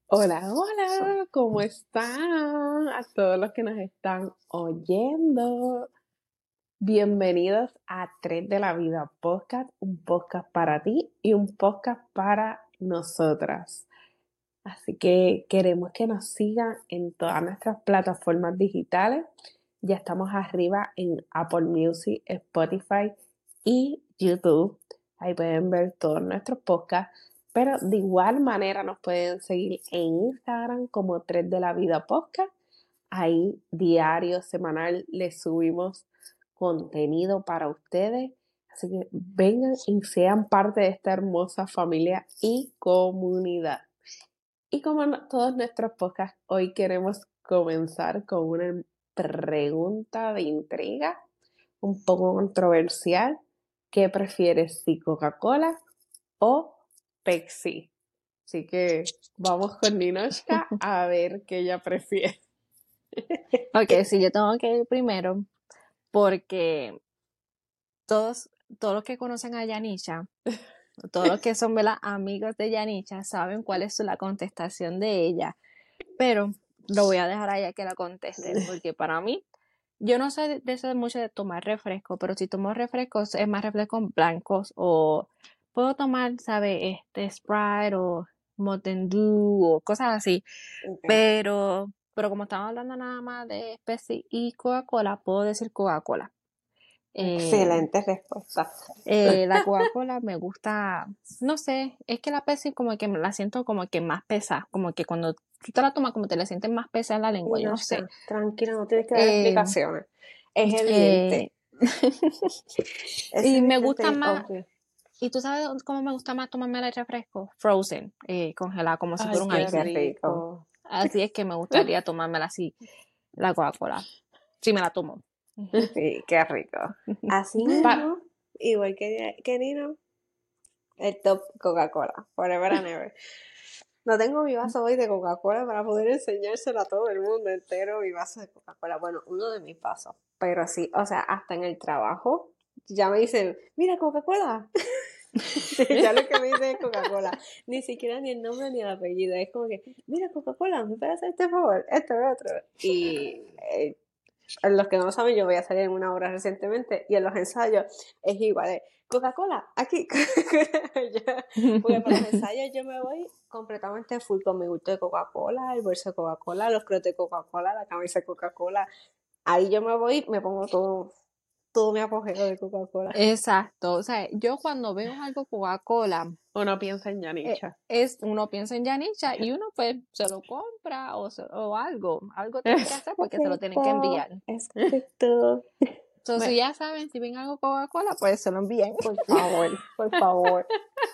Hola, hola, ¿cómo están? A todos los que nos están oyendo. Bienvenidos a Tres de la Vida Podcast, un podcast para ti y un podcast para nosotras. Así que queremos que nos sigan en todas nuestras plataformas digitales. Ya estamos arriba en Apple Music, Spotify y YouTube. Ahí pueden ver todos nuestros podcasts. Pero de igual manera nos pueden seguir en Instagram como Tres de la Vida Podcast. Ahí diario, semanal, les subimos contenido para ustedes. Así que vengan y sean parte de esta hermosa familia y comunidad. Y como todos nuestros podcasts, hoy queremos comenzar con una pregunta de intriga, un poco controversial. ¿Qué prefieres, si Coca-Cola o Pepsi? Así que vamos con Ninochka a ver qué ella prefiere. Ok, sí, yo tengo que ir primero porque todos los que conocen a Yanisha, todos los que son ¿verdad? Amigos de Yanisha, saben cuál es la contestación de ella, pero lo voy a dejar a ella que la conteste, porque para mí, yo no soy de eso de mucho de tomar refresco, pero si tomo refrescos es más refrescos blancos o puedo tomar, ¿sabe? Sprite o Mountain Dew o cosas así. Okay. Pero como estamos hablando nada más de Pepsi y Coca-Cola, puedo decir Coca-Cola. Excelente respuesta. La Coca-Cola me gusta, no sé, es que la Pepsi como que me la siento como que más pesada, como que cuando tú te la tomas como te la sientes más pesada en la lengua, yo no sé. Tranquila, no tienes que dar Eh, explicaciones. Es eh, evidente. Es y me evidente gusta y más, obvio. ¿y tú sabes cómo me gusta más tomarme el refresco? Frozen, congelada, como si fuera Ay, un qué ice. Qué rico. rico. Así es que me gustaría tomármela así, la Coca-Cola, si me la tomo. Sí, qué rico. Así Pa- mismo, igual que Nino, el top Coca-Cola. Forever and ever. No tengo mi vaso hoy de Coca-Cola para poder enseñárselo a todo el mundo entero, mi vaso de Coca-Cola. Bueno, uno de mis vasos. Pero sí, o sea, hasta en el trabajo ya me dicen, mira, Coca-Cola. Ya lo que me dicen es Coca-Cola. Ni siquiera ni el nombre ni el apellido. Es como que, mira, Coca-Cola, ¿me puedes hacer este favor? Esto, otro. Y los que no lo saben, yo voy a salir en una obra recientemente y en los ensayos es igual. Coca-Cola, aquí. Porque para los ensayos yo me voy completamente full con mi gusto de Coca-Cola, el bolso de Coca-Cola, los crotes de Coca-Cola, la camisa de Coca-Cola. Ahí yo me voy, me pongo todo mi apogeo de Coca-Cola. Exacto, o sea, yo cuando veo algo Coca-Cola, Uno piensa en Yanicha. uno pienza en Yanisha y uno pues se lo compra o algo tiene que hacer porque se lo tienen que enviar. Es correcto. Entonces, si Me- ya saben, si ven algo Coca-Cola, pues se lo envían. Por favor, por favor.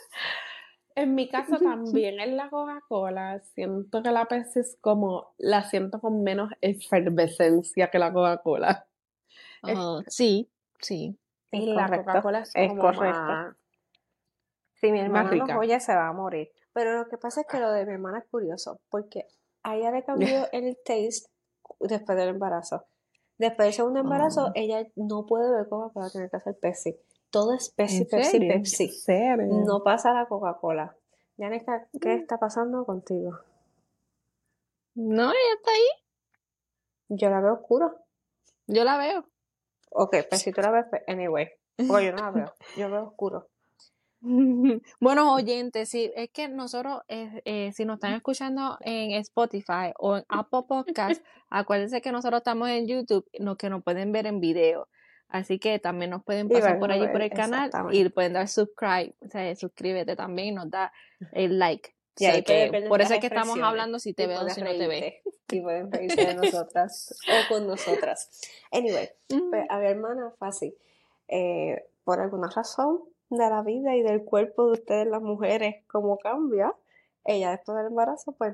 En mi caso también es la Coca-Cola. Siento que la Pepsi es como, la siento con menos efervescencia que la Coca-Cola. Es- Sí, sí. Es y la correcto, Coca-Cola es es como correcto. Si mi más hermana nos rica. oye, se va a morir. Pero lo que pasa es que lo de mi hermana es curioso, porque a ella le cambió el taste después del embarazo. Después del segundo embarazo, ella no puede beber Coca-Cola, tiene que hacer Pepsi. Todo es Pepsi, ¿En Pepsi, serio? ¿En Pepsi. serio? No pasa la Coca-Cola. Yanesca, ¿qué está pasando contigo? No, ella está ahí. Yo la veo oscura. Yo la veo. Ok, pues si tú la ves, pues, anyway. Porque yo no la veo. Yo veo oscuro. Bueno, oyentes, sí, es que nosotros, si nos están escuchando en Spotify o en Apple Podcast, acuérdense que nosotros estamos en YouTube, que nos pueden ver en video. Así que también nos pueden Y pasar van por a allí por ver, el canal y exactamente. pueden dar subscribe, o sea, suscríbete también y nos da el like. O Y ahí sea puedes que ver por nuestras eso es que estamos expresiones hablando si y te veo o puedes si no te ve. reírte y pueden reírse de nosotras o con nosotras. Anyway, pues a mi hermana fácil. Por alguna razón de la vida y del cuerpo de ustedes las mujeres, como cambia, ella después del embarazo pues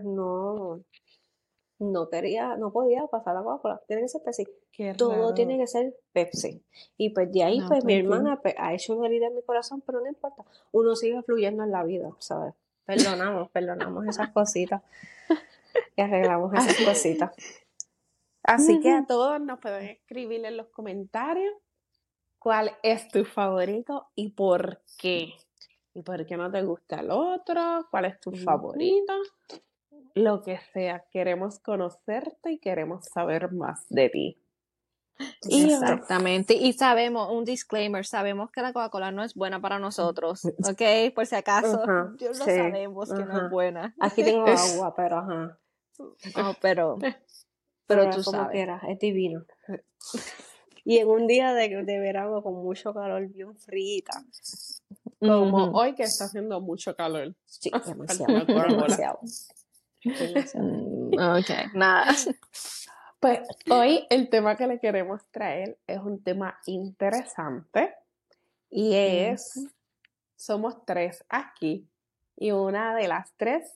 no quería, no podía pasar la Coca-Cola, tiene que ser Pepsi. Qué Todo tiene raro. que ser Pepsi. Y pues de ahí, No, pues mi pues sí. hermana pues, ha hecho una herida en mi corazón, pero no importa. Uno sigue fluyendo en la vida, ¿sabes? Perdonamos esas cositas y arreglamos esas Así, cositas. así que a todos nos pueden escribir en los comentarios cuál es tu favorito y por qué. ¿Y por qué no te gusta el otro? ¿Cuál es tu Ujú. favorito? lo que sea. Queremos conocerte y queremos saber más de ti. Y Exactamente. Y sabemos, un disclaimer, sabemos que la Coca-Cola no es buena para nosotros, ¿ok? Por si acaso, Ajá, yo lo sí, sabemos que no es ajá. buena. Aquí tengo agua, pero ajá. Oh, pero Pero tú como sabes. quieras, es divino. Y en un día de verano con mucho calor, bien frita. como Ujú. hoy que está haciendo mucho calor. Sí, Falta demasiado, una Coca-Cola. demasiado. Demasiado. Ok, nada. Pues hoy el tema que le queremos traer es un tema interesante y es, somos tres aquí y una de las tres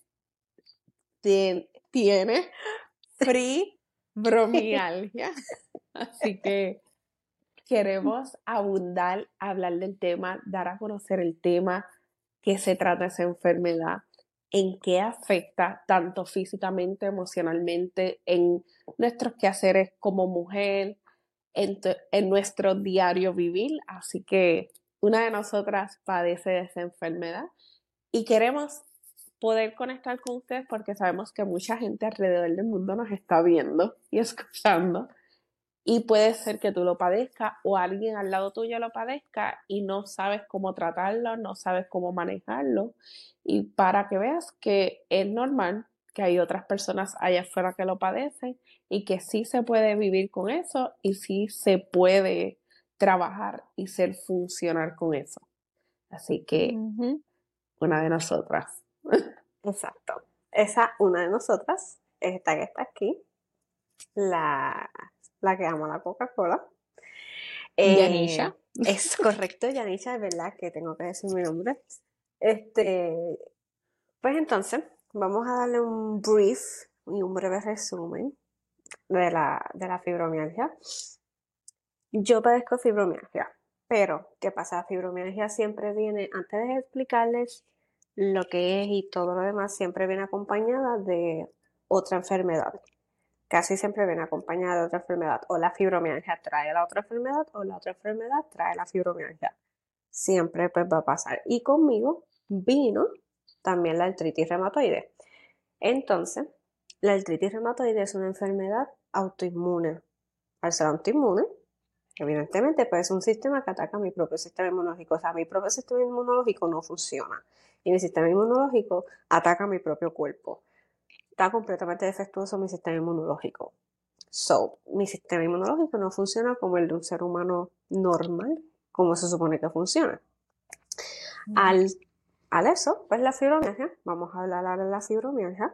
tiene fibromialgia, así que queremos abundar, hablar del tema, dar a conocer el tema, qué se trata esa enfermedad, en qué afecta tanto físicamente, emocionalmente, en nuestros quehaceres como mujer, en nuestro diario vivir. Así que una de nosotras padece de esa enfermedad y queremos poder conectar con ustedes porque sabemos que mucha gente alrededor del mundo nos está viendo y escuchando. Y puede ser que tú lo padezcas o alguien al lado tuyo lo padezca y no sabes cómo tratarlo, no sabes cómo manejarlo. Y para que veas que es normal, que hay otras personas allá afuera que lo padecen y que sí se puede vivir con eso y sí se puede trabajar y ser funcional con eso. Así que Ujú. una de nosotras. Exacto. Esa, una de nosotras, esta que está aquí, la, la que ama la Coca-Cola. Yanisha. Es correcto, Yanisha, es verdad que tengo que decir mi nombre. Pues entonces, vamos a darle un brief y un breve resumen de la fibromialgia. Yo padezco fibromialgia, pero ¿qué pasa? La fibromialgia siempre viene, antes de explicarles lo que es y todo lo demás, siempre viene acompañada de otra enfermedad. Casi siempre viene acompañada de otra enfermedad. O la fibromialgia trae la otra enfermedad o la otra enfermedad trae la fibromialgia. Siempre pues va a pasar. Y conmigo vino también la artritis reumatoide. Entonces, la artritis reumatoide es una enfermedad autoinmune. Al ser autoinmune, evidentemente, pues es un sistema que ataca a mi propio sistema inmunológico. O sea, mi propio sistema inmunológico no funciona. Y mi sistema inmunológico ataca a mi propio cuerpo. Está completamente defectuoso mi sistema inmunológico. So, mi sistema inmunológico no funciona como el de un ser humano normal, como se supone que funciona. Al eso, pues la fibromialgia, vamos a hablar ahora de la fibromialgia.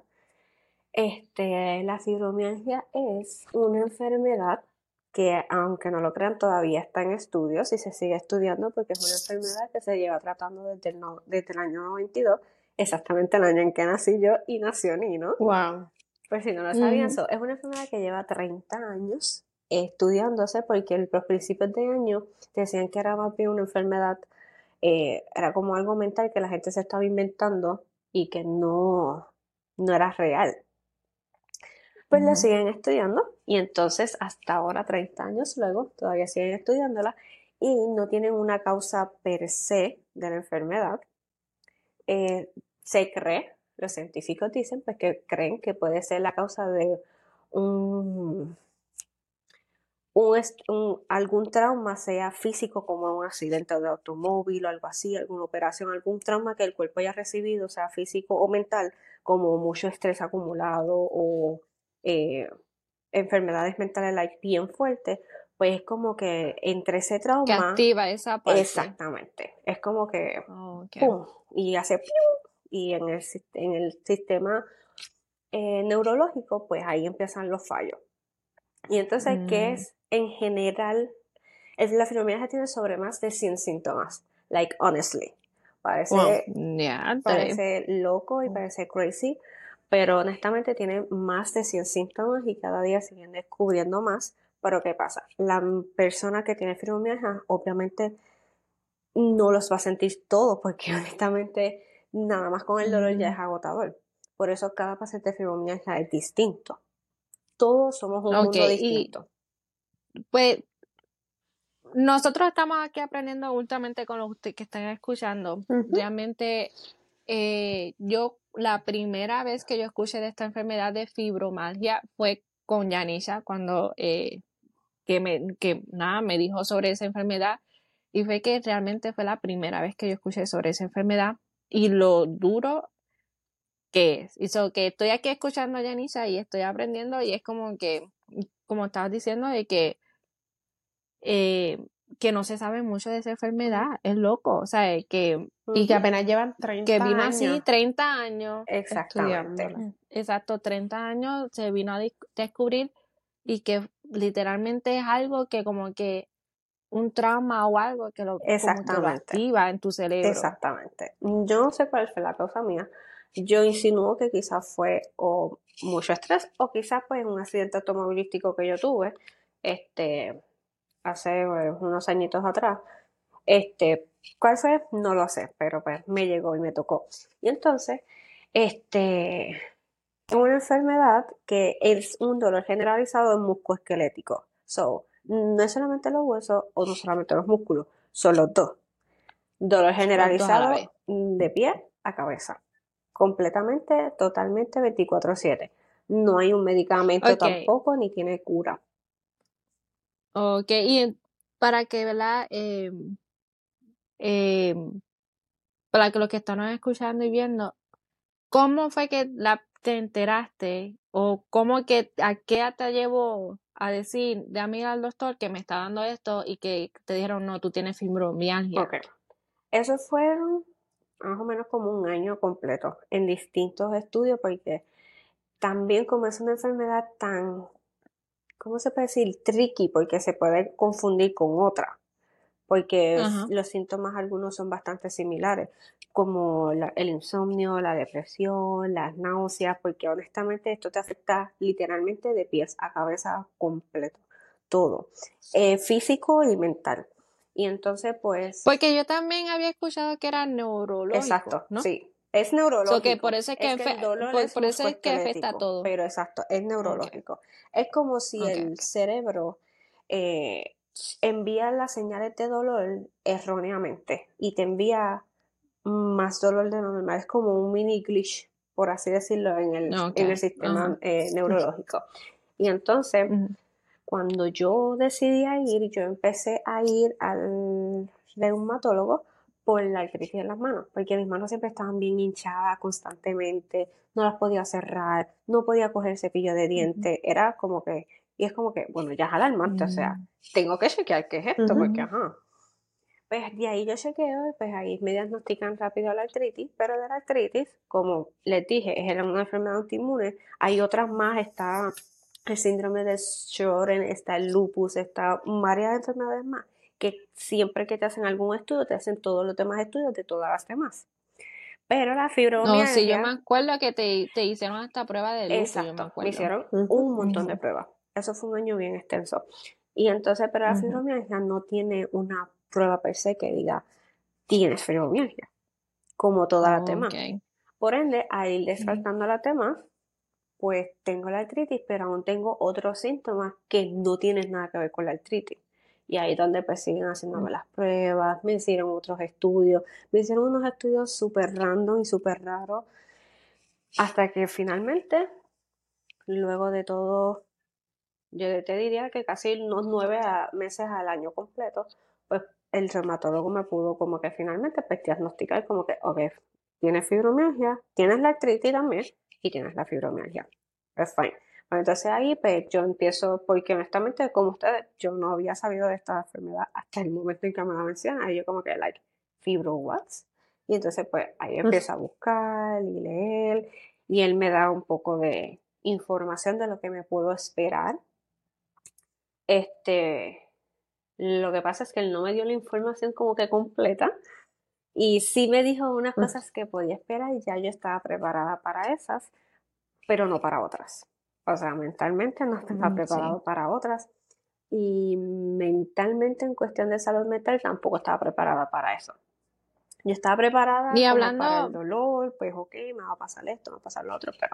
La fibromialgia es una enfermedad que, aunque no lo crean, todavía está en estudios y se sigue estudiando porque es una enfermedad que se lleva tratando desde el año 92, exactamente el año en que nací yo y nació Nino. Wow. Pues si no lo sabían, es una enfermedad que lleva 30 años estudiándose porque los principios de año decían que era más bien una enfermedad, era como algo mental que la gente se estaba inventando y que no era real. Pues la siguen estudiando y entonces hasta ahora, 30 años luego, todavía siguen estudiándola y no tienen una causa per se de la enfermedad. Se cree, los científicos dicen, pues que creen que puede ser la causa de algún trauma, sea físico como un accidente de automóvil o algo así, alguna operación, algún trauma que el cuerpo haya recibido, sea físico o mental, como mucho estrés acumulado o enfermedades mentales like, bien fuertes, pues es como que entre ese Que trauma, activa esa parte. exactamente, es como que Okay. pum, y hace pium, y en el sistema neurológico, pues ahí empiezan los fallos. Y entonces, ¿qué es en general? La fibromialgia tiene sobre más de 100 síntomas, like honestly. Parece loco y parece crazy, pero honestamente tiene más de 100 síntomas y cada día siguen descubriendo más. Pero ¿qué pasa? La persona que tiene fibromialgia obviamente no los va a sentir todos porque honestamente nada más con el dolor ya es agotador. Por eso cada paciente de fibromialgia es distinto. Todos somos un mundo distinto. Pues nosotros estamos aquí aprendiendo últimamente con los que están escuchando. Realmente La primera vez que yo escuché de esta enfermedad de fibromialgia fue con Yanisha, cuando me dijo sobre esa enfermedad, y fue que realmente fue la primera vez que yo escuché sobre esa enfermedad y lo duro que es. Y que estoy aquí escuchando a Yanisha y estoy aprendiendo, y es como que, como estabas diciendo, de que no se sabe mucho de esa enfermedad, es loco, o sea, Y que Ujú. apenas llevan que 30 vino así años 30 años, Exactamente. estudiándola. exacto, 30 años se vino a descubrir, y que literalmente es algo que como que un trauma o algo que como que lo Exactamente. activa en tu cerebro. Exactamente. Yo no sé cuál fue la causa mía. Yo insinúo que quizás fue o mucho estrés o quizás pues un accidente automovilístico que yo tuve hace unos añitos atrás. ¿Cuál fue? No lo sé, pero pues me llegó y me tocó. Y entonces, es una enfermedad que es un dolor generalizado musculoesquelético. So, no es solamente los huesos o no solamente los músculos, son los dos. Dolor Los dos a la generalizado vez. de pie a cabeza. Completamente, totalmente 24/7. No hay un medicamento Ok, tampoco, ni tiene cura. ok, y para que, ¿verdad? Eh, para que los que están escuchando y viendo, ¿cómo fue que te enteraste? ¿O cómo que a qué te llevó a decir, déjame ir al doctor que me está dando esto, y que te dijeron, no, tú tienes fibromialgia? Ok. Eso fueron más o menos como un año completo en distintos estudios porque también como es una enfermedad tan, ¿cómo se puede decir? Tricky porque se puede confundir con otra. Porque Ajá. los síntomas algunos son bastante similares, como el insomnio, la depresión, las náuseas, porque honestamente esto te afecta literalmente de pies a cabeza completo, todo, físico y mental. Y entonces, pues, Porque yo también había escuchado que era neurológico, exacto, ¿no? sí, es Que por neurológico, eso es es que el dolor es por eso es que afecta a musculoesquelético, todo. pero exacto, es Okay, neurológico. Es como si okay, el okay. cerebro eh, envía las señales de dolor erróneamente y te envía más dolor de lo normal. Es como un mini glitch, por así decirlo, en el Okay, sistema ajá. neurológico. Y entonces, Ujú. cuando yo decidí ir, yo empecé a ir al reumatólogo por la artritis en las manos, porque mis manos siempre estaban bien hinchadas constantemente, no las podía cerrar, no podía coger el cepillo de Ujú. dientes, era como que, y es como que, bueno, ya es alarmante, o sea, Mm. tengo que chequear qué es esto, porque Ujú. ajá. Pues de ahí yo chequeo y pues ahí me diagnostican rápido la artritis, pero de la artritis, como les dije, es una enfermedad autoinmune, hay otras más, está el síndrome de Sjögren, está el lupus, está varias enfermedades más, que siempre que te hacen algún estudio, te hacen todos los demás estudios de todas las demás. Pero la No, sí, yo me fibromialgia, acuerdo que te hicieron esta prueba de lupus, yo me exacto, me acuerdo. hicieron Ujú. un montón de Ujú, pruebas. Eso fue un año bien extenso. Y entonces, pero la ujú. fibromialgia no tiene una prueba per se que diga, tienes fibromialgia, como todas las demás. Okay. Por ende, al ir Ujú. descartando las demás, pues tengo la artritis, pero aún tengo otros síntomas que no tienen nada que ver con la artritis. Y ahí es donde pues siguen haciéndome las pruebas, me hicieron otros estudios, me hicieron unos estudios súper random y súper raros, hasta que finalmente, luego de todo, yo te diría que casi unos 9 meses al año completo, pues el reumatólogo me pudo como que finalmente pues diagnosticar como que, ok, tienes fibromialgia, tienes la artritis también y tienes la fibromialgia. Es fine. Bueno, entonces ahí pues yo empiezo, porque honestamente como ustedes, yo no había sabido de esta enfermedad hasta el momento en que me la mencionan, y yo como que like, fibro what? Y entonces pues ahí empiezo a buscar y leer y él me da un poco de información de lo que me puedo esperar. este, lo que pasa es que él no me dio la información como que completa y sí me dijo unas cosas que podía esperar y ya yo estaba preparada para esas, pero no para otras. O sea, mentalmente no estaba Sí. preparado para otras y mentalmente en cuestión de salud mental tampoco estaba preparada para eso. Yo estaba preparada Y como para el hablando, dolor, pues ok, me va a pasar esto, me va a pasar lo otro, pero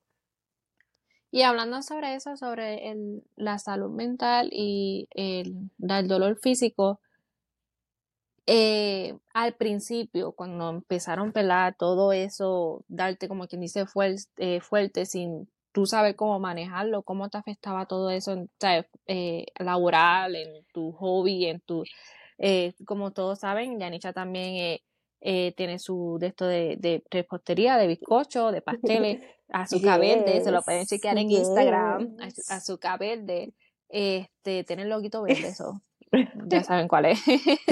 y hablando sobre eso, sobre la salud mental y el dolor físico, al principio, cuando empezaron a pelar todo eso, darte como quien dice fuerte sin tú saber cómo manejarlo, cómo te afectaba todo eso en, ¿sabes? Laboral, en tu hobby, en tu, como todos saben, Yanisha también tiene su de esto de repostería, de bizcocho, de pasteles, azúcar verde, se lo pueden Yes, chequear en Instagram, yes. azúcar verde, tiene el loguito verde, eso, ya saben cuál es.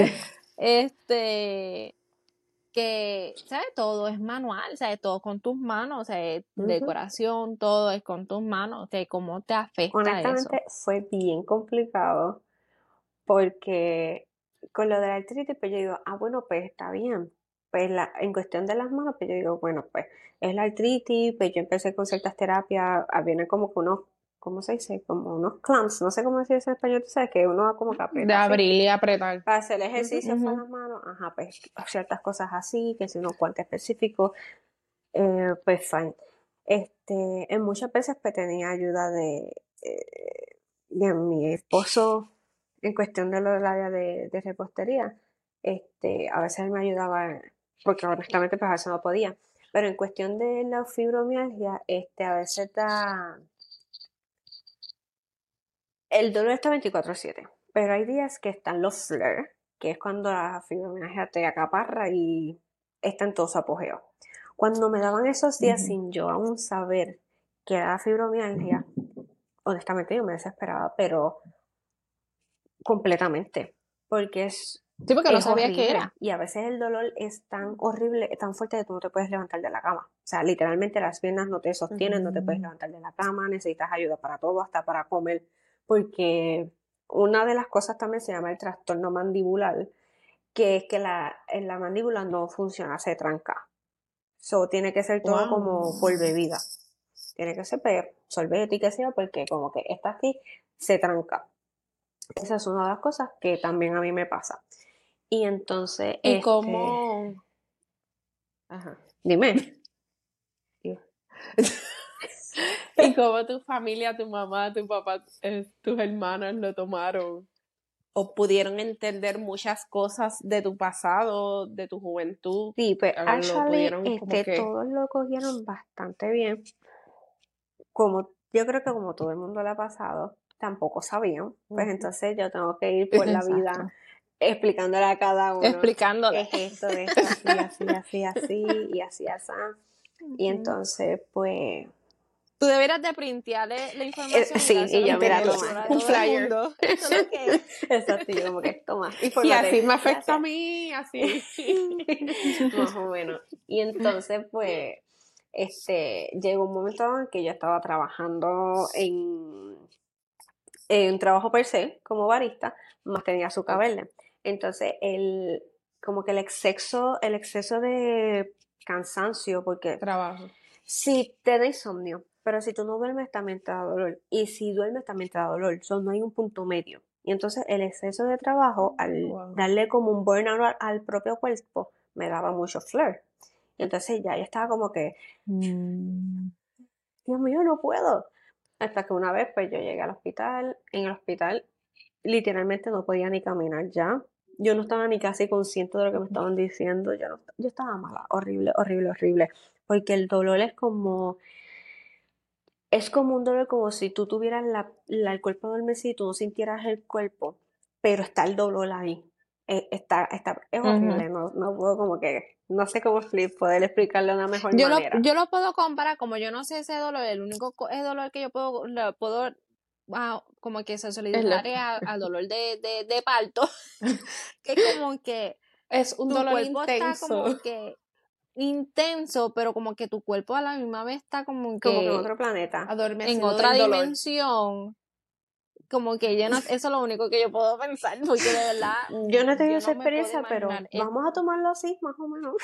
Que, ¿sabes? Todo es manual, ¿sabes? Todo con tus manos, o sea, Ujú. decoración, todo es con tus manos, o sea, ¿cómo te afecta eso? Honestamente fue bien complicado porque con lo de la artritis, pues yo digo, bueno, pues está bien. Pues en cuestión de las manos, pues yo digo, bueno, pues es la artritis, pues yo empecé con ciertas terapias, vienen como que unos, ¿cómo se dice? Como unos clamps, no sé cómo decir eso en español, tú sabes que uno como que De aprieta así. abrir y apretar. Para hacer ejercicios para Ujú. las manos, ajá, pues ciertas cosas así, que si unos guantes específicos, pues fine. En muchas veces pues tenía ayuda de mi esposo en cuestión de lo del área de repostería. A veces él me ayudaba, porque honestamente pues a veces no podía. Pero en cuestión de la fibromialgia, a veces el dolor está 24/7, pero hay días que están los flares, que es cuando la fibromialgia te acaparra y está en todo su apogeo. Cuando me daban esos días Ujú. sin yo aún saber que era la fibromialgia, honestamente yo me desesperaba, pero completamente, porque Sí, porque no es sabía qué horrible era. y a veces el dolor es tan horrible, tan fuerte que tú no te puedes levantar de la cama. O sea, literalmente las piernas no te sostienen, no te puedes levantar de la cama, necesitas ayuda para todo, hasta para comer, porque una de las cosas también se llama el trastorno mandibular, que es que en la mandíbula no funciona, se tranca. So, tiene que ser todo Wow. como por bebida. Tiene que ser sorbete y qué sé yo, porque como que está aquí, se tranca. Esa es una de las cosas que también a mí me pasa. Y entonces, ¿Y cómo? Ajá. dime. ¿Y cómo tu familia, tu mamá, tu papá, tus hermanos lo tomaron? ¿O pudieron entender muchas cosas de tu pasado, de tu juventud? Sí, pues Lo actually, pudieron como que... todos lo cogieron bastante bien. Como yo creo que como todo el mundo le ha pasado, tampoco sabían. Pues entonces yo tengo que ir por la vida Exacto. explicándole a cada uno, Explicándole. es esto así, así, así, así, y así, así. Y Ujú. entonces, pues, Tú deberías de printearle la información y sí, y dárselo yo, por mira, Tener toma. flor a un todo el flyer. mundo. Esto es lo que es. Exacto, yo como que toma, Y así infórmate, me afecta a gracias. mí, así. Más o menos. Y entonces, pues, llegó un momento en que yo estaba trabajando en un trabajo per se, como barista, más tenía azúcar verde. Entonces, como que el exceso de cansancio, porque Trabajo. si te da insomnio, pero si tú no duermes también te da dolor. Y si duermes también te da dolor. No hay un punto medio. Y entonces el exceso de trabajo, al Wow. darle como un burnout al propio cuerpo, me daba mucho flare. Y entonces ya yo estaba como que, Mm. Dios mío, no puedo. Hasta que una vez pues yo llegué al hospital. En el hospital literalmente no podía ni caminar ya. Yo no estaba ni casi consciente de lo que me estaban diciendo. Yo estaba mala, horrible, horrible, horrible. Porque el dolor es como un dolor como si tú tuvieras el cuerpo adormecido y tú no sintieras el cuerpo, pero está el dolor ahí. Es Ujú. horrible, no puedo como que, no sé cómo poder explicarlo de una mejor manera. Yo lo puedo comparar, como yo no sé ese dolor, el único dolor que yo puedo como que se Es, lo- solidaria al dolor de parto, que es como que es un tu dolor cuerpo está intenso. como que intenso, pero como que tu cuerpo a la misma vez está como Como que en que otro planeta. en Adormecido otra del dolor. dimensión, como que yo no, eso es lo único que yo puedo pensar, porque de verdad Yo no he tenido yo esa no me puedo experiencia, pero imaginar, vamos a tomarlo así, más o menos.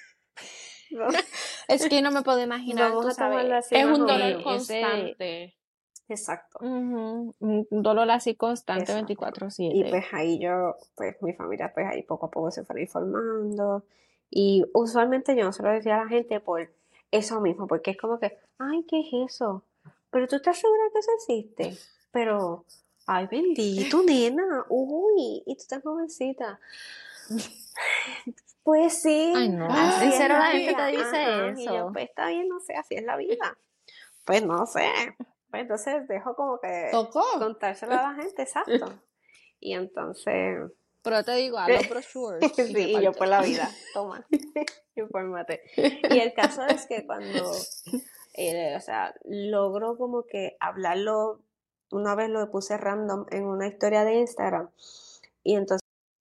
es que no me puedo imaginar, Vamos tú a tomarlo sabes, así, Es más un o dolor menos. ese, constante. Exacto. un dolor así constante Exacto. Y 24/7. pues ahí pues mi familia, pues ahí poco a poco se fue informando. Y usualmente yo no se lo decía a la gente por eso mismo, porque es como que, ay, ¿qué es eso? Pero tú estás segura que eso existe. Pero, ay, bendito, nena, uy, y tú estás jovencita. Pues sí, Ay, no. así ¿En es serio la la gente vida. te dice Ajá. Y yo, eso? pues está bien, no sé, así es la vida. Pues no sé. Pues entonces dejo como que ¿Tocó? contárselo a la gente, exacto. Y entonces, Pero te digo, haz los brochures y sí, y yo reparte. por la vida, toma, infórmate. Y el caso es que cuando, o sea, logro como que hablarlo, una vez lo puse random en una historia de Instagram, y entonces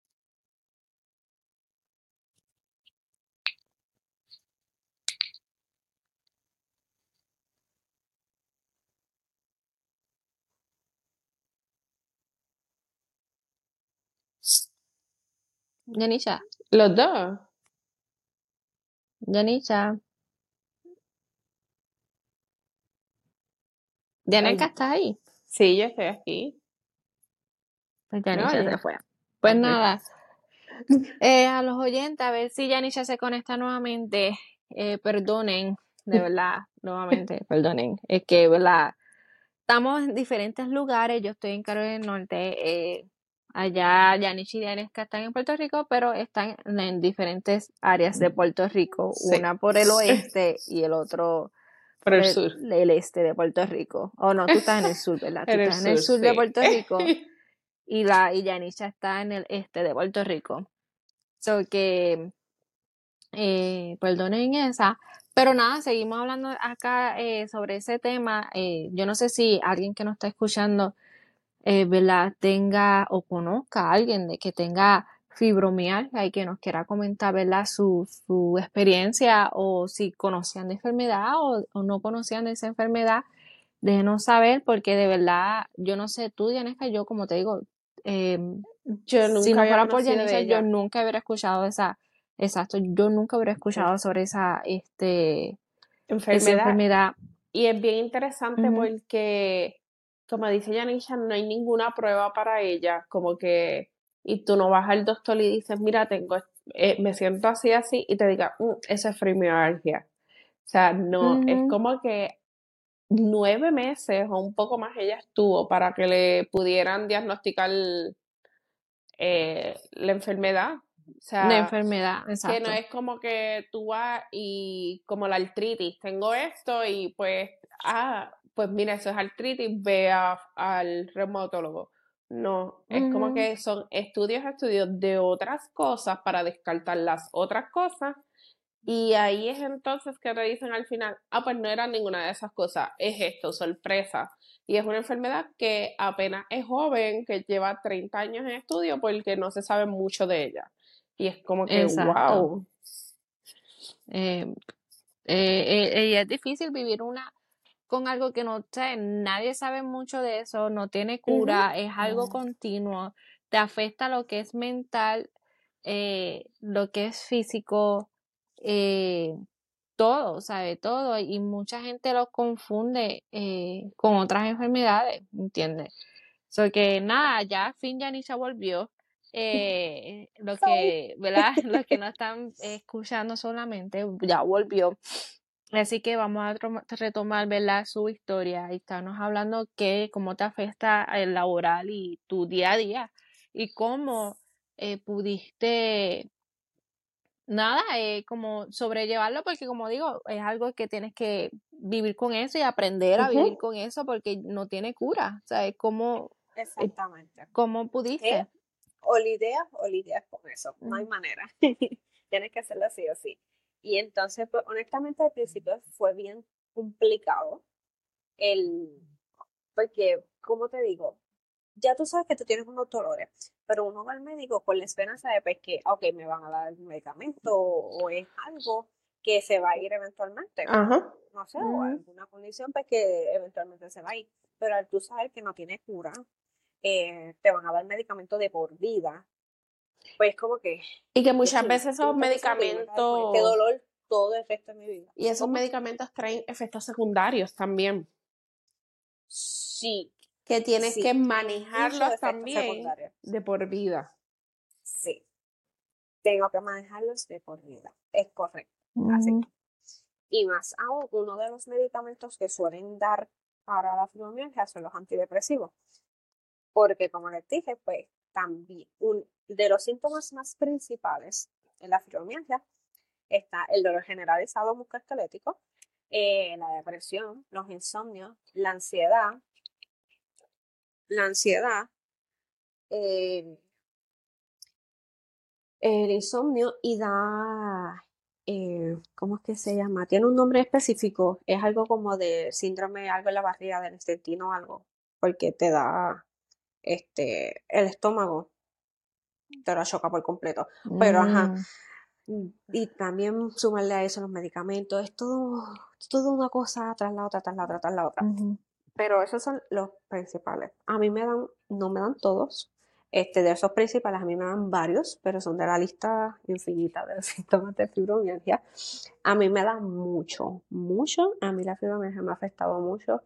Yanisha, Los dos. Yanisha. Yanisha, Ay, ¿estás ahí? sí, yo estoy aquí. Pues ¿Me Yanisha se oyes? fue. Pues Ok. nada, a los oyentes, a ver si Yanisha se conecta nuevamente. Perdonen, de verdad, nuevamente, perdonen. Es que, ¿verdad? Estamos en diferentes lugares. Yo estoy en Carolina del Norte. Allá Yanisha y Yanisca están en Puerto Rico, pero están en diferentes áreas de Puerto Rico. Sí, Una por el oeste y el otro por por el sur. el este de Puerto Rico. O no, tú estás en el sur, ¿verdad? Tú En el estás en el sur, sur de sí. Puerto Rico y Yanisha está en el este de Puerto Rico. So que, perdonen esa. Pero nada, seguimos hablando acá sobre ese tema. Yo no sé si alguien que nos está escuchando, ¿verdad? Tenga o conozca a alguien de que tenga fibromialgia y que nos quiera comentar, ¿verdad? Su experiencia o si conocían de enfermedad o no conocían de esa enfermedad. Déjenos saber porque de verdad, yo no sé tú, Dianesca, yo como te digo, Yo si nunca no había fuera por conocido de Yanisha, yo ella. nunca hubiera escuchado exacto, yo nunca hubiera escuchado sobre esa Enfermedad. enfermedad. Y es bien interesante Ujú. porque, como dice Yanisha, no hay ninguna prueba para ella, como que, y tú no vas al doctor y dices, mira, me siento así, así, y te diga, eso es fibromialgia. O sea, no, es Ujú. como que 9 meses o un poco más ella estuvo para que le pudieran diagnosticar la enfermedad. O La sea, enfermedad, que no exacto. es como que tú vas y como la artritis, tengo esto y pues mira, eso es artritis, al reumatólogo. No, es como Ujú. que son estudios de otras cosas para descartar las otras cosas y ahí es entonces que te dicen al final, pues no era ninguna de esas cosas, es esto, sorpresa. Y es una enfermedad que apenas es joven, que lleva 30 años en estudio porque no se sabe mucho de ella. Y es como que, Exacto. wow. Eh, y es difícil vivir con algo que no sé, nadie sabe mucho de eso, no tiene cura, es algo continuo, te afecta lo que es mental, lo que es físico, eh, todo, sabe todo, y mucha gente lo confunde con otras enfermedades, ¿entiendes? So que nada, ya al fin Yanisha volvió. Lo soy. que, ¿verdad? Los que no están escuchando solamente, ya volvió. Así que vamos a retomar, ¿verdad? Su historia y estarnos hablando cómo te afecta el laboral y tu día a día y cómo pudiste, nada, como sobrellevarlo, porque como digo, es algo que tienes que vivir con eso y aprender a vivir Ujú. con eso porque no tiene cura. O sea, eh, Exactamente. cómo Que pudiste. o lidias con eso, no hay Mm. manera. Tienes que hacerlo sí o sí. Y entonces, pues, honestamente, al principio fue bien complicado el, porque, como te digo, ya tú sabes que tú tienes unos dolores, pero uno va al médico con la esperanza de pues, que, ok, me van a dar algún medicamento o es algo que se va a ir eventualmente. Ajá. No sé, o Ujú. alguna condición pues que eventualmente se va a ir. Pero al tú saber que no tiene cura, te van a dar medicamento de por vida, pues como que, Y que Dios muchas mío, veces yo esos me estoy pensando que yo me voy a quedar con este medicamentos, dolor todo el resto de mi vida. y esos ¿Cómo? medicamentos traen efectos secundarios también, Sí, que tienes que sí, hay muchos manejarlos efectos también secundarios. de por vida. Sí, tengo que manejarlos de por vida. Es correcto. Así. Ujú. Y más aún, uno de los medicamentos que suelen dar para la fibromialgia son los antidepresivos. Porque como les dije, pues también de los síntomas más principales en la fibromialgia está el dolor generalizado musculoesquelético, la depresión, los insomnios, la ansiedad, eh, el insomnio y da, ¿cómo es que se llama? Tiene un nombre específico, es algo como de síndrome, algo en la barriga del intestino o algo, porque te da el estómago, te lo choca por completo. Pero ajá, y también sumarle a eso los medicamentos, es todo una cosa tras la otra, tras la otra, tras la otra. Pero esos son los principales. A mí no me dan todos. De esos principales a mí me dan varios, pero son de la lista infinita de los síntomas de fibromialgia. A mí me da mucho. A mí la fibromialgia me ha afectado mucho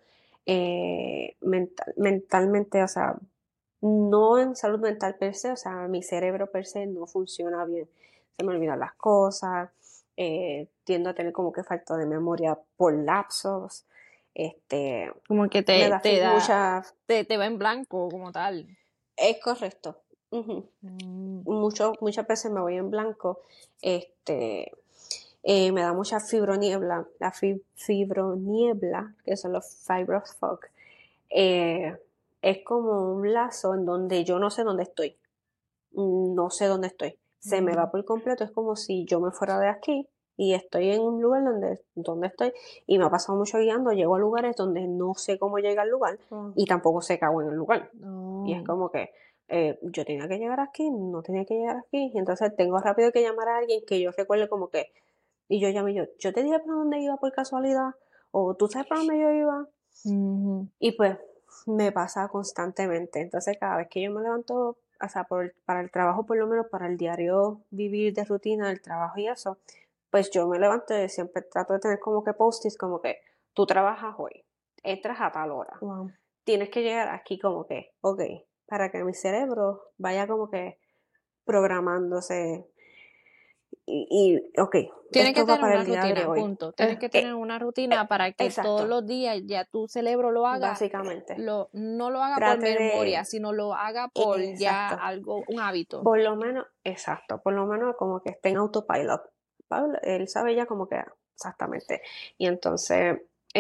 mentalmente, o sea, no en salud mental per se, o sea, mi cerebro per se no funciona bien. Se me olvidan las cosas, tiendo a tener como que falta de memoria por lapsos. Como que Me da mucha... te va en blanco como tal. Es correcto. Muchas veces me voy en blanco. Me da mucha fibroniebla. La fibroniebla, que son los fibros fog. Es como un lazo en donde yo no sé dónde estoy. No sé dónde estoy. Se me va por completo. Es como si yo me fuera de aquí y estoy en un lugar donde estoy, y me ha pasado mucho guiando, llego a lugares donde no sé cómo llegar al lugar y tampoco sé qué hago en el lugar. Y es como que yo tenía que llegar aquí, no tenía que llegar aquí, y entonces tengo rápido que llamar a alguien que yo recuerde como que, y yo llamo yo te dije para dónde iba por casualidad, o tú sabes para dónde yo iba, y pues me pasa constantemente. Entonces cada vez que yo me levanto, o sea, para el trabajo, por lo menos para el diario vivir de rutina del trabajo y eso, pues yo me levanto y siempre trato de tener como que post-its, como que tú trabajas hoy, entras a tal hora, tienes que llegar aquí como que, ok, para que mi cerebro vaya como que programándose ok, Tienes que esto va tener para una el día de rutina, hoy. punto. Tienes que tener una rutina para que todos Exacto, los días ya tu cerebro lo haga, básicamente. no lo haga por Trate memoria, de... sino lo haga por ya Exacto. algo, un hábito. Por lo menos, exacto, por lo menos como que esté en autopilot. Pablo, él sabe ya como que exactamente. Y entonces,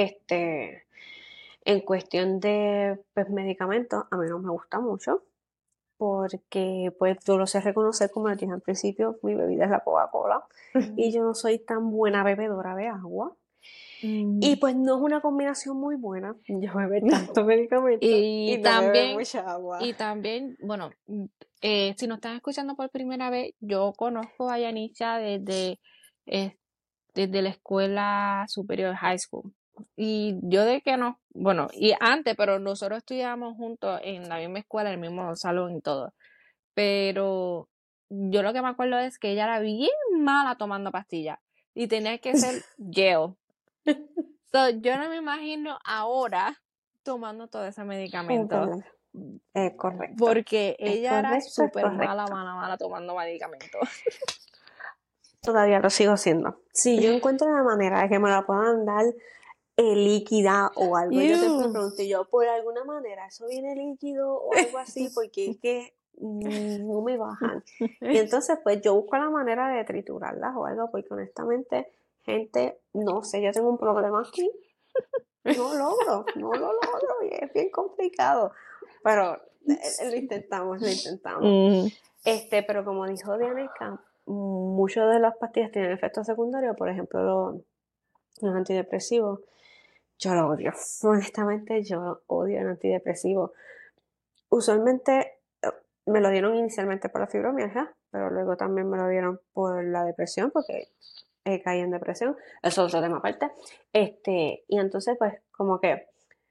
en cuestión de pues, medicamentos, a mí no me gusta mucho porque pues yo lo sé reconocer, como les dije al principio, mi bebida es la Coca-Cola y yo no soy tan buena bebedora de agua. Y pues no es una combinación muy buena yo beber tanto medicamento y no beber mucha agua. Y también, bueno, si nos están escuchando por primera vez, yo conozco a Yanisha desde la escuela superior high school. Y yo de que no, bueno, y antes, pero nosotros estudiábamos juntos en la misma escuela, en el mismo salón y todo. Pero yo lo que me acuerdo es que ella era bien mala tomando pastillas y tenía que ser gel. So, yo no me imagino ahora tomando todo ese medicamento. Es correcto. Porque Es ella era correcto, es súper mala, correcto. mala tomando medicamentos. Todavía lo sigo haciendo. Si yo encuentro una manera de que me la puedan dar líquida o algo, yo siempre pregunto, yo por alguna manera, ¿eso viene líquido o algo así? Porque es que no me bajan. Y entonces pues yo busco la manera de triturarlas o algo, porque honestamente, gente, no sé, yo tengo un problema aquí. No lo logro y es bien complicado. Pero lo intentamos. Pero como dijo Dianeca, muchos de las pastillas tienen efectos secundarios, por ejemplo, los antidepresivos. Yo lo odio. Honestamente, yo odio el antidepresivo. Usualmente me lo dieron inicialmente por la fibromialgia, pero luego también me lo dieron por la depresión, porque caí en depresión. Eso es otro tema aparte. Y entonces, pues, como que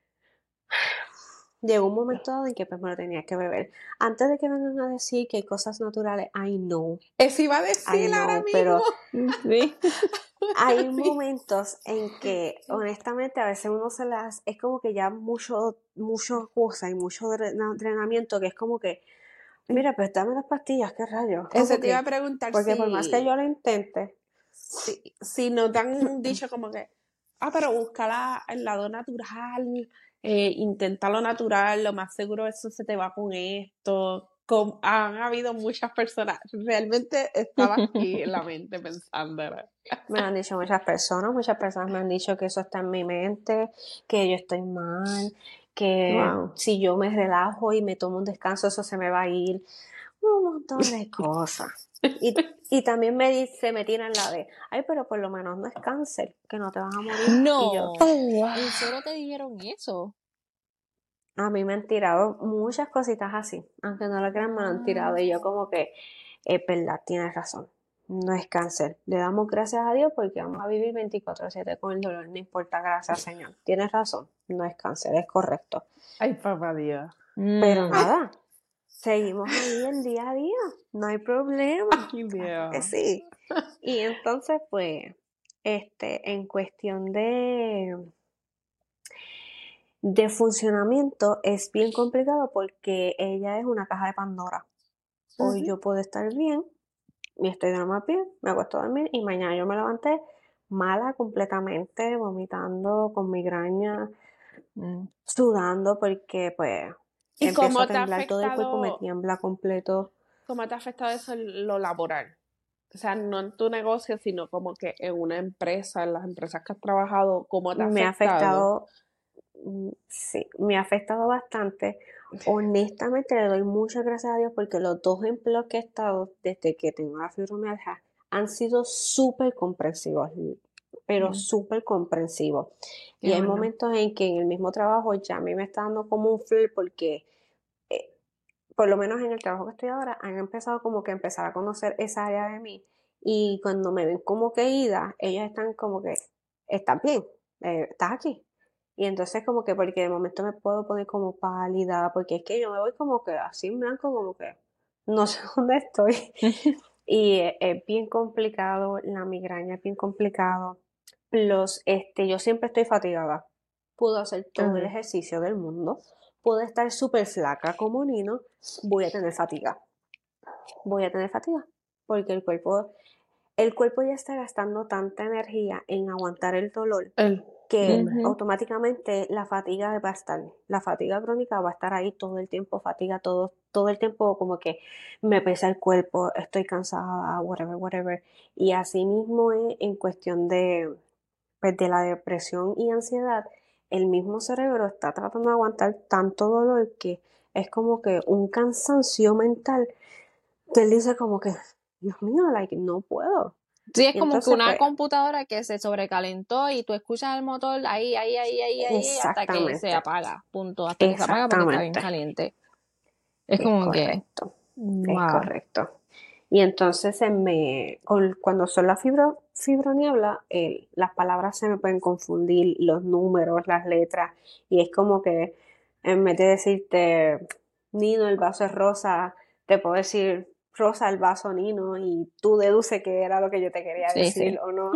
llegó un momento dado en que pues me lo tenía que beber. Antes de que vengan a decir que hay cosas naturales, I know. Eso iba a decir ahora mismo. Pero Sí. hay momentos en que honestamente a veces uno es como que ya mucho cosa y mucho entrenamiento que es como que, mira, pues dame las pastillas, qué rayos. Eso te iba a preguntar porque por más que yo lo intente, si no te han dicho como que, pero busca el lado natural, intenta lo natural, lo más seguro eso se te va con esto. han habido muchas personas. Realmente estaba aquí en la mente pensándola. Me lo han dicho muchas personas me han dicho que eso está en mi mente, que yo estoy mal, que Wow. si yo me relajo y me tomo un descanso, eso se me va a ir. Un montón de cosas. Y también me tiran la de, ay, pero por lo menos no es cáncer, que no te vas a morir. Y yo, No, ¿en serio te dijeron eso? a mí me han tirado muchas cositas así, aunque no lo crean, me lo han tirado. Y yo como que, es verdad, tienes razón, no es cáncer. Le damos gracias a Dios porque vamos a vivir 24/7 con el dolor, no importa, gracias Señor. Tienes razón, no es cáncer, es correcto. Ay, papá Dios. Pero Mm, nada, seguimos ahí el día a día, no hay problema. Ay, Claro que Dios. sí. Y entonces, pues, en cuestión de funcionamiento es bien complicado porque ella es una caja de Pandora. Hoy Ujú. yo puedo estar bien, y estoy de normal bien, me acuesto a dormir y mañana yo me levanté mala completamente, vomitando, con migraña, mm. sudando porque pues ¿Y empiezo a cómo te ha temblar, todo el cuerpo me afectado, tiembla completo. eso en lo laboral? O sea, no en tu negocio, sino como que en una empresa, en las empresas que has trabajado, ¿cómo te ha Me ha afectado? afectado, sí, me ha afectado bastante. Honestamente le doy muchas gracias a Dios porque los 2 empleos que he estado desde que tengo la fibromialgia han sido súper comprensivos, pero Mm, súper comprensivos. qué Y hay bueno. momentos en que en el mismo trabajo ya a mí me está dando como un feel porque eh, por lo menos en el trabajo que estoy ahora, han empezado como que a empezar a conocer esa área de mí. Y cuando me ven como que ida, ellos están como que, ¿estás bien? ¿Estás aquí? Y entonces como que, porque de momento me puedo poner como pálida, porque es que yo me voy como que así en blanco, como que no sé dónde estoy. Y es bien complicado, la migraña es bien complicado. Yo siempre estoy fatigada. Puedo hacer todo el Ajá. ejercicio del mundo, puedo estar súper flaca como Nino, voy a tener fatiga. Voy a tener fatiga, porque el cuerpo ya está gastando tanta energía en aguantar el dolor que Dime. Ujú. automáticamente la fatiga va a estar, la fatiga crónica va a estar ahí todo el tiempo, fatiga todo el tiempo como que me pesa el cuerpo, estoy cansada, whatever, whatever. Y así mismo es en cuestión pues, de la depresión y ansiedad, el mismo cerebro está tratando de aguantar tanto dolor que es como que un cansancio mental que él dice como que, Dios mío, like, no puedo. Sí, es Y como que entonces, una pues, computadora que se sobrecalentó y tú escuchas el motor ahí, hasta que se exactamente, apaga, punto, hasta que se apaga porque está bien exactamente. caliente. Es Es como que, correcto, es wow. correcto. Y entonces cuando son la fibroniebla, las palabras se me pueden confundir, los números, las letras, y es como que en vez de decirte, Nino, el vaso es rosa, te puedo decir, rosa, el vaso, Nino, y tú deduces que era lo que yo te quería Sí, decir sí. o no.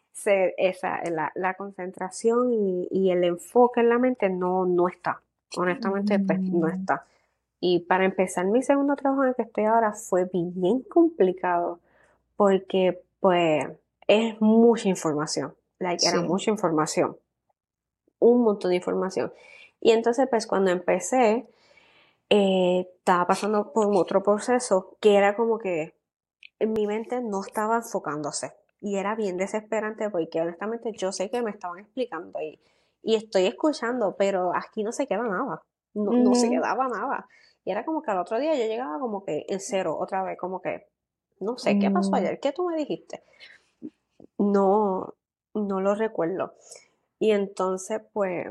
La concentración y el enfoque en la mente no está. Honestamente, pues no Mm, está. Y para empezar mi segundo trabajo en el que estoy ahora fue bien complicado porque pues es mucha información, era sí. mucha información, un montón de información. Y entonces pues cuando empecé estaba pasando por otro proceso que era como que mi mente no estaba enfocándose y era bien desesperante porque honestamente yo sé que me estaban explicando y estoy escuchando, pero aquí no se queda nada, no se Ujú. quedaba nada. Y era como que al otro día yo llegaba como que en cero otra vez, como que, no sé, ¿qué pasó Mm, ayer? ¿Qué tú me dijiste? No, no lo recuerdo. Y entonces, pues,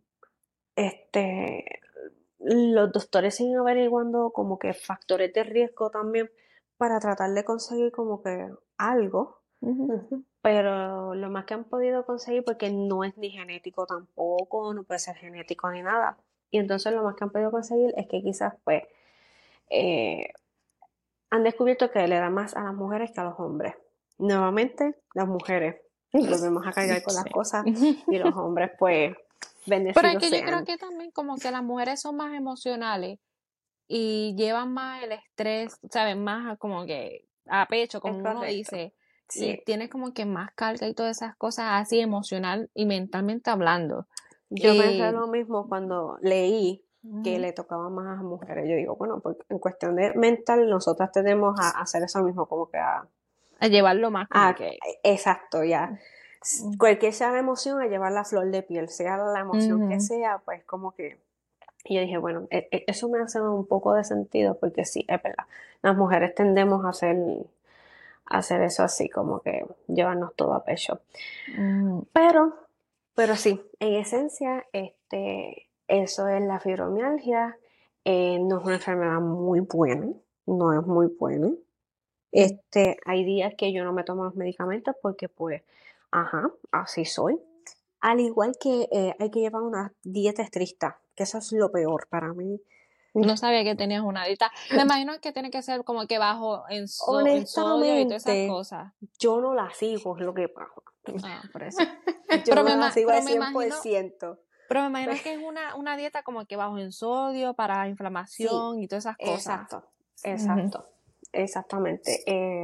este, los doctores siguen averiguando como que factores de riesgo también para tratar de conseguir como que algo, ujú. pero lo más que han podido conseguir, porque no es ni genético tampoco, no puede ser genético ni nada. Y entonces lo más que han podido conseguir es que quizás pues eh, han descubierto que le da más a las mujeres que a los hombres. Nuevamente, las mujeres volvemos a cargar con las Sí. cosas y los hombres pues Pero es bendecidos que yo creo sean. que también como que las mujeres son más emocionales y llevan más el estrés, ¿saben? Más como que a pecho, Es como uno correcto. dice, y Sí. tienes como que más carga y todas esas cosas así emocional y mentalmente hablando. Yo pensé Eh, lo mismo cuando leí. que Ujú. le tocaba más a las mujeres. Yo digo, bueno, porque en cuestión de mental, nosotras tendemos a hacer eso mismo, como que A llevarlo más como que. exacto, ya. Mm. Cualquier sea la emoción, a llevar la flor de piel, sea la emoción que Ujú. sea, pues como que. Y yo dije, bueno, eso me hace un poco de sentido, porque sí, es verdad. Las mujeres tendemos a hacer eso así, como que llevarnos todo a pecho. Ujú. Pero sí, en esencia, eso es la fibromialgia. No es una enfermedad muy buena, no es muy buena. Hay días que yo no me tomo los medicamentos porque, pues, ajá, así soy. Al igual que hay que llevar una dieta estricta, que eso es lo peor para mí. No sabía que tenías una dieta. Me imagino que tiene que ser como que bajo en sodio y todas esas Honestamente, cosas. yo no la sigo, es lo que pasa. Ah, por eso. Yo Pero no la sigo al pero 100%. pero me imagino que es una dieta como que bajo en sodio para Sí, inflamación y todas esas cosas. exacto, Ujú. exacto, exactamente.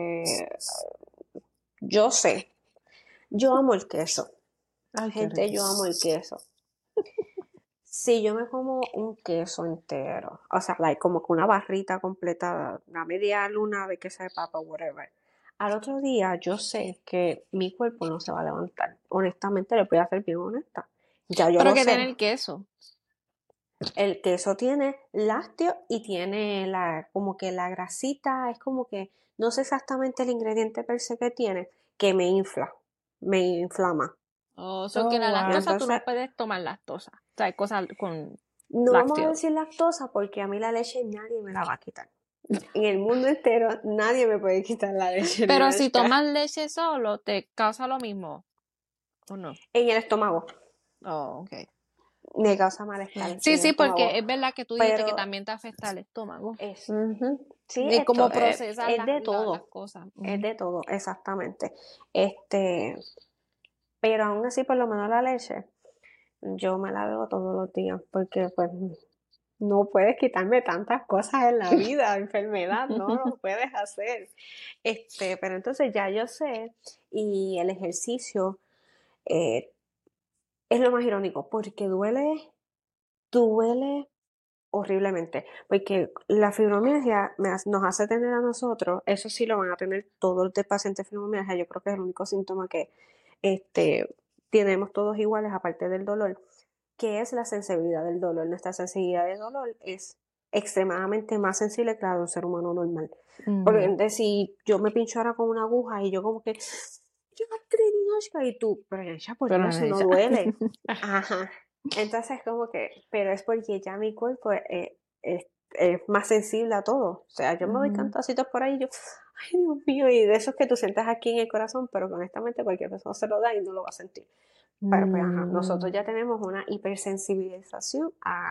Yo sé, yo amo el queso. Ay, qué Gente, rico. yo amo el queso. Si yo me como un queso entero, o sea, like, como que una barrita completa, una media luna de queso de papa, whatever, al otro día yo sé que mi cuerpo no se va a levantar. Honestamente, le voy a ser bien honesta. Ya yo Pero lo que tiene sé. el queso. El queso tiene lácteo y tiene como que la grasita, es como que, no sé exactamente el ingrediente per se que tiene, que me inflama. O so que Oh, la wow. lactosa, tú Entonces, no puedes tomar lactosa. O sea, cosas con no vamos a lácteos. decir lactosa porque a mí la leche nadie me la va a quitar. En el mundo entero nadie me puede quitar la leche Pero si Nurska. tomas leche solo, ¿te causa lo mismo o no? En el estómago, Oh, okay. me causa malestar Sí, en el sí, porque estómago. es verdad que tú dijiste que Pero también te afecta el estómago. ujú, sí, Y cómo es, procesas es de las todo, cosas. es Ujú. de todo, exactamente. Este, pero aún así, por lo menos la leche, yo me la bebo todos los días, porque pues no puedes quitarme tantas cosas en la vida, enfermedad, no lo puedes hacer. Pero entonces ya yo sé, y el ejercicio eh, es lo más irónico, porque duele horriblemente, porque la fibromialgia nos hace tener a nosotros, eso sí lo van a tener todos los de pacientes de fibromialgia, yo creo que es el único síntoma que tenemos todos iguales, aparte del dolor, que es la sensibilidad del dolor. Nuestra sensibilidad del dolor es extremadamente más sensible que la de un ser humano normal. Ujú. Porque si yo me pincho ahora con una aguja y yo como que, yo artritis, y tú, pero ya, ¿por qué Pero eso no ella. duele? Ajá. Entonces como que, pero es porque ya mi cuerpo es más sensible a todo. O sea, yo me doy Ujú. cantacitos por ahí y yo, ay Dios mío, y de esos que tú sientas aquí en el corazón, pero que honestamente cualquier persona se lo da y no lo va a sentir. Pero pues ajá, nosotros Mm, ya tenemos una hipersensibilización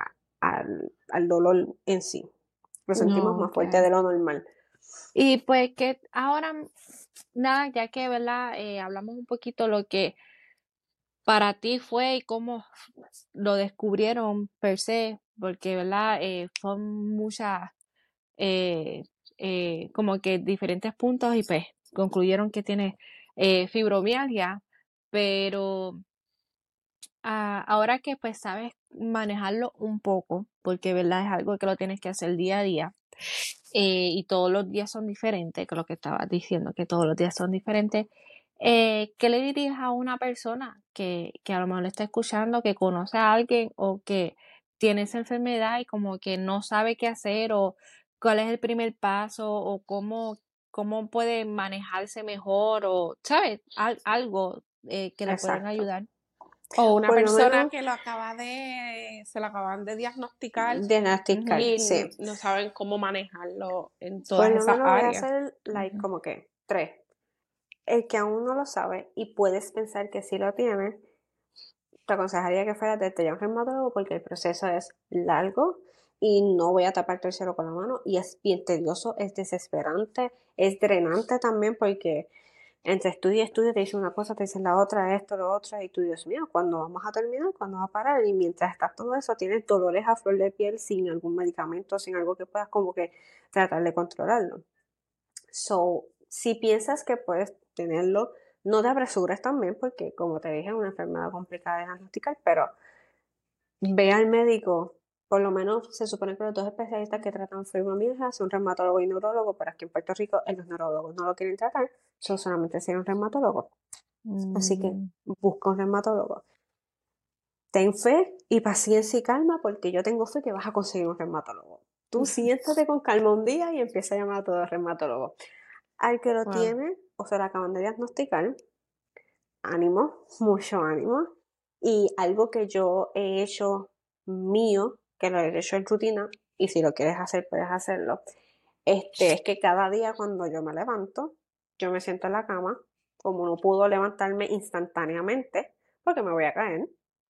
al dolor en sí. Lo sentimos no, más fuerte de lo normal. y pues que ahora, nada, ya que, ¿verdad? Hablamos un poquito lo que para ti fue y cómo lo descubrieron per se, porque, ¿verdad? Son muchas, eh, como que diferentes puntos y pues concluyeron que tiene fibromialgia, pero ahora que pues sabes manejarlo un poco, porque, ¿verdad? Es algo que lo tienes que hacer día a día. Y todos los días son diferentes, que lo que estabas diciendo, que todos los días son diferentes. ¿Qué le dirías a una persona que a lo mejor le está escuchando, que conoce a alguien o que tiene esa enfermedad y como que no sabe qué hacer o cuál es el primer paso o cómo puede manejarse mejor o, ¿sabes? Algo que le pueden Exacto. ayudar. O una Por lo persona menos que se lo acaban de diagnosticar diagnosticar, y sí. no saben cómo manejarlo en Por todas lo esas menos voy a áreas. hacer like Ujú. como que tres. El que aún no lo sabe y puedes pensar que sí lo tiene, te aconsejaría que fueras desde ya un reumatólogo porque el proceso es largo y no voy a taparte el cielo con la mano y es bien tedioso, es desesperante, es drenante también porque entre estudio y estudio te dicen una cosa, te dicen la otra, esto, lo otro, y tú, Dios mío, ¿cuándo vamos a terminar? ¿Cuándo va a parar? Y mientras estás todo eso, tienes dolores a flor de piel sin algún medicamento, sin algo que puedas como que tratar de controlarlo. So, si piensas que puedes tenerlo, no te apresures también porque, como te dije, es una enfermedad complicada de diagnosticar, pero ve al médico por lo menos se supone que los dos especialistas que tratan fibromialgia son reumatólogo y neurólogo, pero aquí en Puerto Rico los neurólogos no lo quieren tratar, son solamente si un reumatólogo. Así que busca un reumatólogo. Ten fe y paciencia y calma, porque yo tengo fe que vas a conseguir un reumatólogo. Tú siéntate con calma un día y empieza a llamar a todos los reumatólogos. Al que lo tiene, o se lo acaban de diagnosticar, ánimo, mucho ánimo. Y algo que yo he hecho mío, que lo he hecho en rutina, y si lo quieres hacer, puedes hacerlo, es que cada día cuando yo me levanto, yo me siento en la cama, como no puedo levantarme instantáneamente, porque me voy a caer,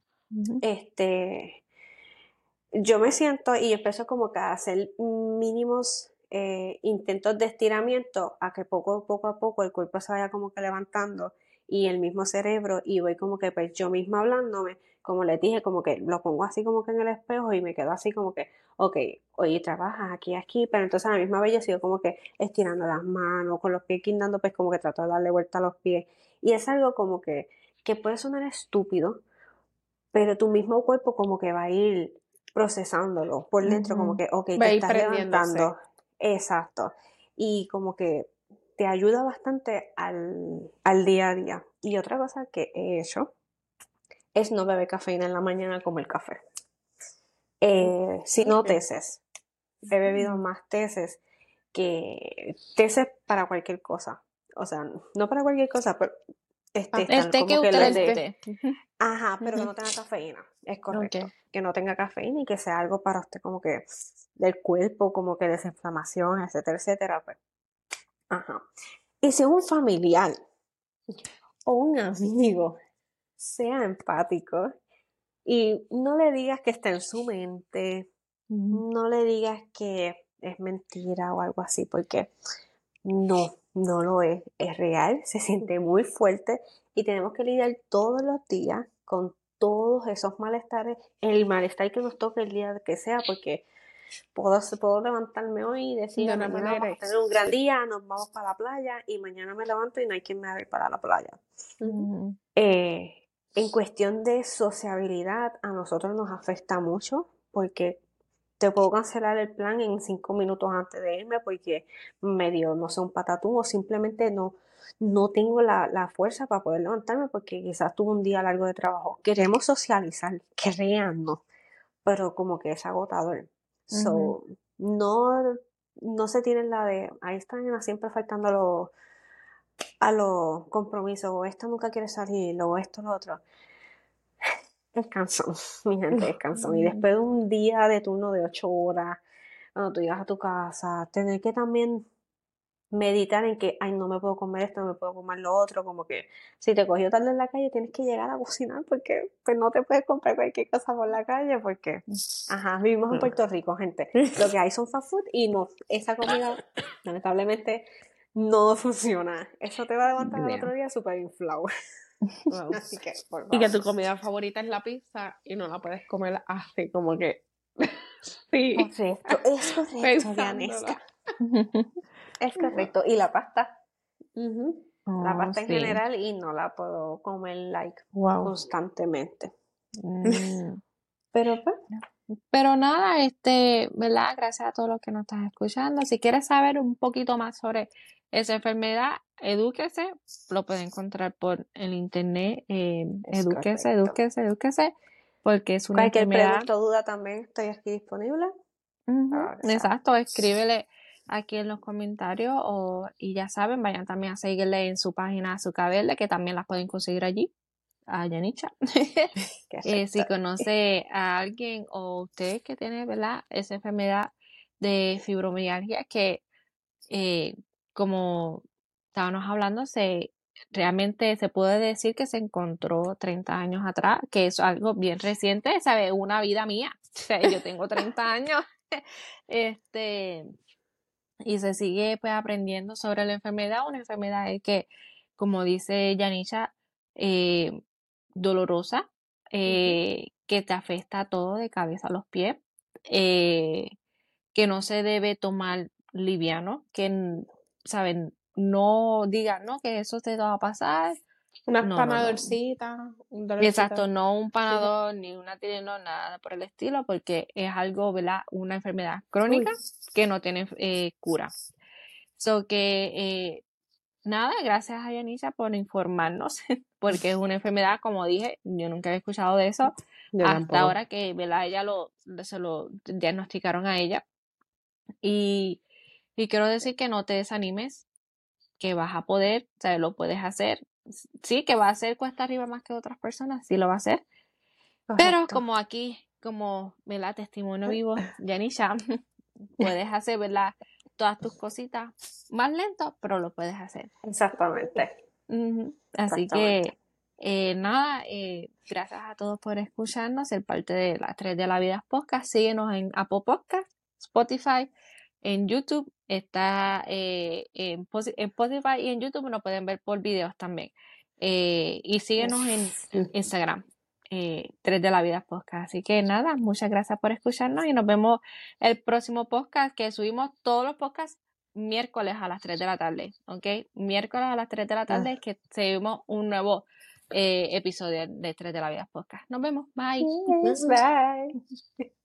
yo me siento y empiezo como que a hacer mínimos intentos de estiramiento a que poco a poco el cuerpo se vaya como que levantando y el mismo cerebro, y voy como que pues yo misma hablándome, como les dije, como que lo pongo así como que en el espejo y me quedo así como que, ok, oye, trabajas aquí, pero entonces a la misma vez yo sigo como que estirando las manos, con los pies guindando, pues como que trato de darle vuelta a los pies, y es algo como que puede sonar estúpido, pero tu mismo cuerpo como que va a ir procesándolo por dentro, como que, ok, Va te a ir estás prendiéndose. levantando. Exacto. Y como que te ayuda bastante al día a día. Y otra cosa que he hecho es no beber cafeína en la mañana como el café. Si no teces. He bebido más teces que teces para cualquier cosa. O sea, no para cualquier cosa, pero El están té que como que usted le los de... guste. Ajá, pero que Ujú. no tenga cafeína, es Ok. correcto. Que no tenga cafeína y que sea algo para usted como que del cuerpo, como que desinflamación, etcétera, etcétera, pues. Ajá. Y si un familiar o un amigo sea empático y no le digas que está en su mente, no le digas que es mentira o algo así, porque no lo es real, se siente muy fuerte y tenemos que lidiar todos los días con todos esos malestares, el malestar que nos toque el día que sea, porque puedo levantarme hoy y decir, De una mañana vamos a manera. tener un gran día, nos vamos para la playa, y mañana me levanto y no hay quien me haga ir para la playa. Ujú. En cuestión de sociabilidad, a nosotros nos afecta mucho, porque te puedo cancelar el plan en 5 minutos antes de irme porque me dio, no sé, un patatúm, o simplemente no tengo la fuerza para poder levantarme porque quizás tuve un día largo de trabajo. Queremos socializar, créannos, pero como que es agotador. So, no se tienen la de, ahí están siempre faltando a los compromisos, o esta nunca quiere salir, o esto, lo otro. Es cansón, mi gente, es cansón. Y después de un día de turno de 8 horas, cuando tú llegas a tu casa, tener que también meditar en que, ay, no me puedo comer esto, no me puedo comer lo otro, como que si te cogió tarde en la calle, tienes que llegar a cocinar porque pues no te puedes comprar cualquier cosa por la calle porque, ajá, vivimos en Puerto Rico, gente. Lo que hay son fast food y no, esa comida, lamentablemente, no funciona. Eso te va a levantar al otro día súper inflado. Wow. Así que, por Y que favor. tu comida favorita es la pizza y no la puedes comer así como que sí, Correcto, es correcto, pensándolo. Dianesca. Es correcto. Y la pasta. La Oh, pasta en sí. general, y no la puedo comer Wow. constantemente. Mm. Pero pues, Pero nada, ¿verdad? Gracias a todos los que nos están escuchando. Si quieres saber un poquito más sobre esa enfermedad, edúquese. Lo puede encontrar por el internet. es Edúquese, correcto. edúquese, edúquese, porque es una Cualquier enfermedad. pregunta o duda también estoy aquí disponible. Ujú, Para lo que sea. exacto, escríbele aquí en los comentarios y ya saben, vayan también a seguirle en su página Azúcar Verde, que también las pueden conseguir allí, a Yanicha. Si Correcto. conoce a alguien o usted que tiene, ¿verdad? Esa enfermedad de fibromialgia que, eh, como estábamos hablando, realmente se puede decir que se encontró 30 años atrás, que es algo bien reciente, ¿sabe? Una vida mía. O sea, yo tengo 30 años. Este, y se sigue pues aprendiendo sobre la enfermedad. Una enfermedad es que, como dice Yanisha, dolorosa, que te afecta todo de cabeza a los pies, eh, que no se debe tomar liviano, que, ¿saben? No digan, no, que eso te va a pasar, Unas No. panadorcitas, un dolorcito. Exacto, no un Panadol ni una Tylenol, nada por el estilo, porque es algo, ¿verdad? Una enfermedad crónica que no tiene cura. So que, nada, gracias a Yanisha por informarnos, porque es una enfermedad, como dije, yo nunca había escuchado de eso, Yo hasta tampoco. ahora que, ¿verdad? Se lo diagnosticaron a ella. Y quiero decir que no te desanimes, que vas a poder, o sea, lo puedes hacer. Sí, que va a ser cuesta arriba más que otras personas, sí lo va a hacer. Pero Correcto. como aquí, como, ¿verdad? Testimonio vivo, Yanisha, puedes hacer, ¿verdad? Todas tus cositas más lento, pero lo puedes hacer. Exactamente. Así Exactamente. que, nada, gracias a todos por escucharnos, ser parte de las 3 de la vida podcast. Síguenos en Apple Podcast, Spotify, en YouTube. Está en Spotify y en YouTube nos pueden ver por videos también. Y síguenos en Instagram, 3 de la vida podcast. Así que nada, muchas gracias por escucharnos y nos vemos el próximo podcast, que subimos todos los podcasts miércoles a las 3 de la tarde, ¿ok? Miércoles a las 3 de la tarde que seguimos un nuevo episodio de 3 de la vida podcast. Nos vemos, bye. Bye.